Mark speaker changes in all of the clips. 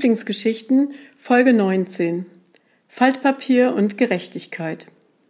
Speaker 1: Lieblingsgeschichten, Folge 19. Faltpapier und Gerechtigkeit.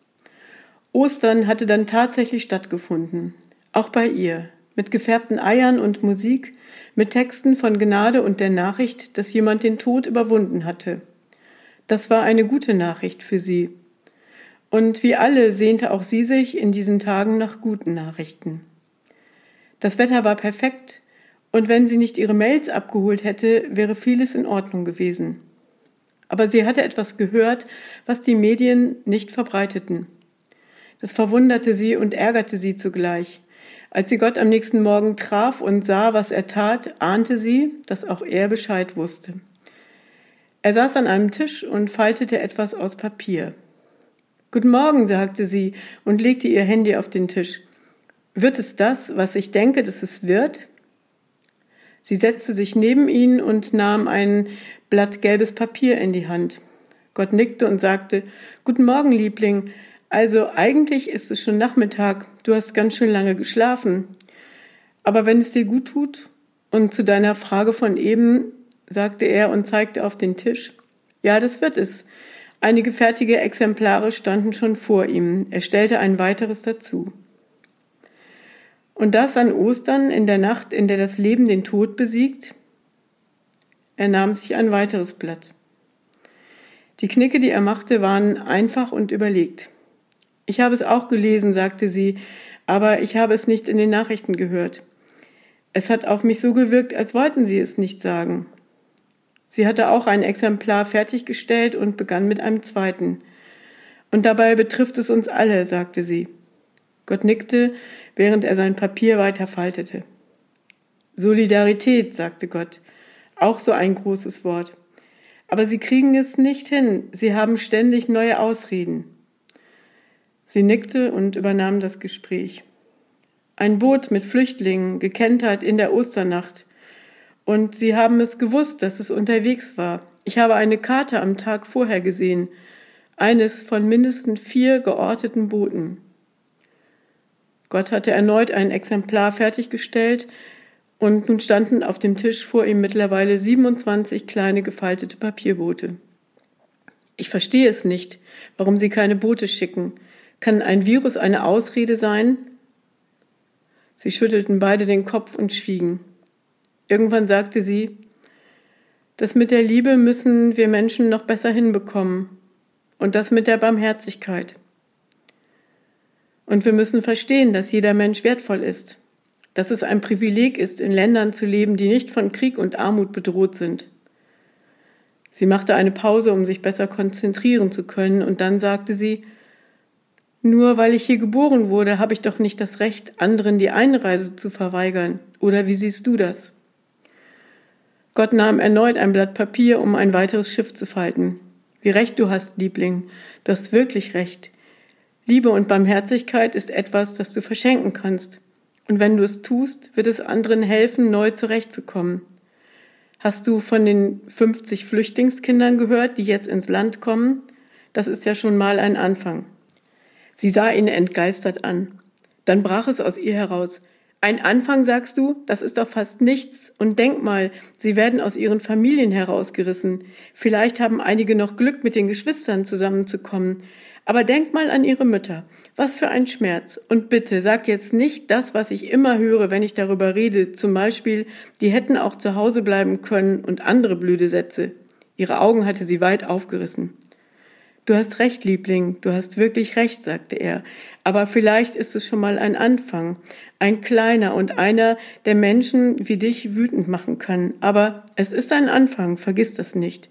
Speaker 1: Ostern hatte dann tatsächlich stattgefunden, auch bei ihr, mit gefärbten Eiern und Musik, mit Texten von Gnade und der Nachricht, dass jemand den Tod überwunden hatte. Das war eine gute Nachricht für sie. Und wie alle sehnte auch sie sich in diesen Tagen nach guten Nachrichten. Das Wetter war perfekt, und wenn sie nicht ihre Mails abgeholt hätte, wäre vieles in Ordnung gewesen. Aber sie hatte etwas gehört, was die Medien nicht verbreiteten. Das verwunderte sie und ärgerte sie zugleich. Als sie Gott am nächsten Morgen traf und sah, was er tat, ahnte sie, dass auch er Bescheid wusste. Er saß an einem Tisch und faltete etwas aus Papier. »Guten Morgen«, sagte sie und legte ihr Handy auf den Tisch. »Wird es das, was ich denke, dass es wird?« Sie setzte sich neben ihn und nahm ein Blatt gelbes Papier in die Hand. Gott nickte und sagte, »Guten Morgen, Liebling. Also eigentlich ist es schon Nachmittag. Du hast ganz schön lange geschlafen. Aber wenn es dir gut tut, und zu deiner Frage von eben«, sagte er und zeigte auf den Tisch, »ja, das wird es.« Einige fertige Exemplare standen schon vor ihm. Er stellte ein weiteres dazu. Und das an Ostern, in der Nacht, in der das Leben den Tod besiegt? Er nahm sich ein weiteres Blatt. Die Knicke, die er machte, waren einfach und überlegt. »Ich habe es auch gelesen«, sagte sie, »aber ich habe es nicht in den Nachrichten gehört. Es hat auf mich so gewirkt, als wollten Sie es nicht sagen.« Sie hatte auch ein Exemplar fertiggestellt und begann mit einem zweiten. »Und dabei betrifft es uns alle«, sagte sie. Gott nickte, während er sein Papier weiter faltete. »Solidarität«, sagte Gott, auch so ein großes Wort. »Aber Sie kriegen es nicht hin, Sie haben ständig neue Ausreden.« Sie nickte und übernahm das Gespräch. »Ein Boot mit Flüchtlingen, gekentert in der Osternacht. Und Sie haben es gewusst, dass es unterwegs war. Ich habe eine Karte am Tag vorher gesehen, eines von mindestens 4 georteten Booten.« Gott hatte erneut ein Exemplar fertiggestellt und nun standen auf dem Tisch vor ihm mittlerweile 27 kleine gefaltete Papierboote. »Ich verstehe es nicht, warum Sie keine Boote schicken. Kann ein Virus eine Ausrede sein?« Sie schüttelten beide den Kopf und schwiegen. Irgendwann sagte sie, »Das mit der Liebe müssen wir Menschen noch besser hinbekommen und das mit der Barmherzigkeit. Und wir müssen verstehen, dass jeder Mensch wertvoll ist, dass es ein Privileg ist, in Ländern zu leben, die nicht von Krieg und Armut bedroht sind.« Sie machte eine Pause, um sich besser konzentrieren zu können, und dann sagte sie, »Nur weil ich hier geboren wurde, habe ich doch nicht das Recht, anderen die Einreise zu verweigern. Oder wie siehst du das?« Gott nahm erneut ein Blatt Papier, um ein weiteres Schiff zu falten. »Wie recht du hast, Liebling. Du hast wirklich recht. Liebe und Barmherzigkeit ist etwas, das du verschenken kannst. Und wenn du es tust, wird es anderen helfen, neu zurechtzukommen. Hast du von den 50 Flüchtlingskindern gehört, die jetzt ins Land kommen? Das ist ja schon mal ein Anfang.« Sie sah ihn entgeistert an. Dann brach es aus ihr heraus. »Ein Anfang, sagst du? Das ist doch fast nichts. Und denk mal, sie werden aus ihren Familien herausgerissen. Vielleicht haben einige noch Glück, mit den Geschwistern zusammenzukommen. Aber denk mal an ihre Mütter. Was für ein Schmerz. Und bitte, sag jetzt nicht das, was ich immer höre, wenn ich darüber rede. Zum Beispiel, die hätten auch zu Hause bleiben können und andere blöde Sätze.« Ihre Augen hatte sie weit aufgerissen. »Du hast recht, Liebling, du hast wirklich recht«, sagte er. »Aber vielleicht ist es schon mal ein Anfang, ein kleiner und einer, der Menschen wie dich wütend machen kann. Aber es ist ein Anfang, vergiss das nicht.«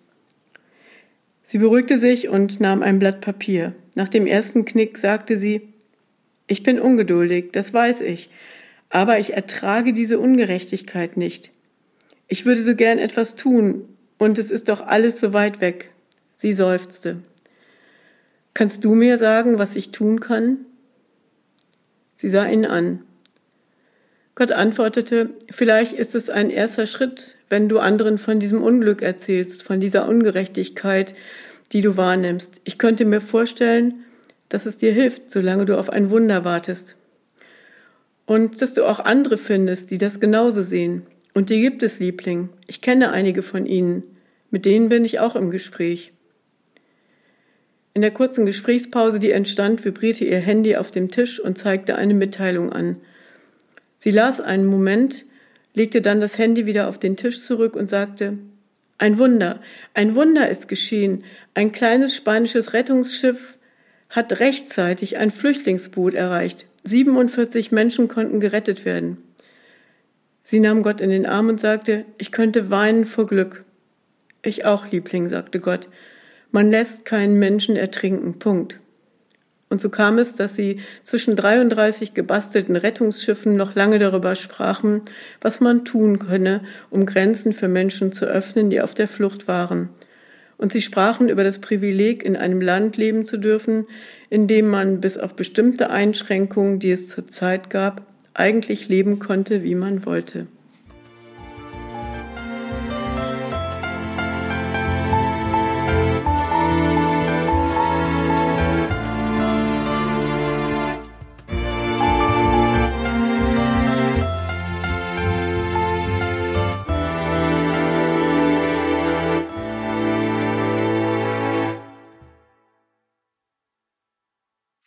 Speaker 1: Sie beruhigte sich und nahm ein Blatt Papier. Nach dem ersten Knick sagte sie, »Ich bin ungeduldig, das weiß ich, aber ich ertrage diese Ungerechtigkeit nicht. Ich würde so gern etwas tun, und es ist doch alles so weit weg.« Sie seufzte. »Kannst du mir sagen, was ich tun kann?« Sie sah ihn an. Gott antwortete, »Vielleicht ist es ein erster Schritt, wenn du anderen von diesem Unglück erzählst, von dieser Ungerechtigkeit, die du wahrnimmst. Ich könnte mir vorstellen, dass es dir hilft, solange du auf ein Wunder wartest. Und dass du auch andere findest, die das genauso sehen. Und die gibt es, Liebling. Ich kenne einige von ihnen. Mit denen bin ich auch im Gespräch. In der kurzen Gesprächspause, die entstand, vibrierte ihr Handy auf dem Tisch und zeigte eine Mitteilung an. Sie las einen Moment, legte dann das Handy wieder auf den Tisch zurück und sagte: ein Wunder ist geschehen. Ein kleines spanisches Rettungsschiff hat rechtzeitig ein Flüchtlingsboot erreicht. 47 Menschen konnten gerettet werden. Sie nahm Gott in den Arm und sagte: ich könnte weinen vor Glück. Ich auch, Liebling, sagte Gott. Man lässt keinen Menschen ertrinken, Punkt. Und so kam es, dass sie zwischen 33 gebastelten Rettungsschiffen noch lange darüber sprachen, was man tun könne, um Grenzen für Menschen zu öffnen, die auf der Flucht waren. Und sie sprachen über das Privileg, in einem Land leben zu dürfen, in dem man bis auf bestimmte Einschränkungen, die es zur Zeit gab, eigentlich leben konnte, wie man wollte.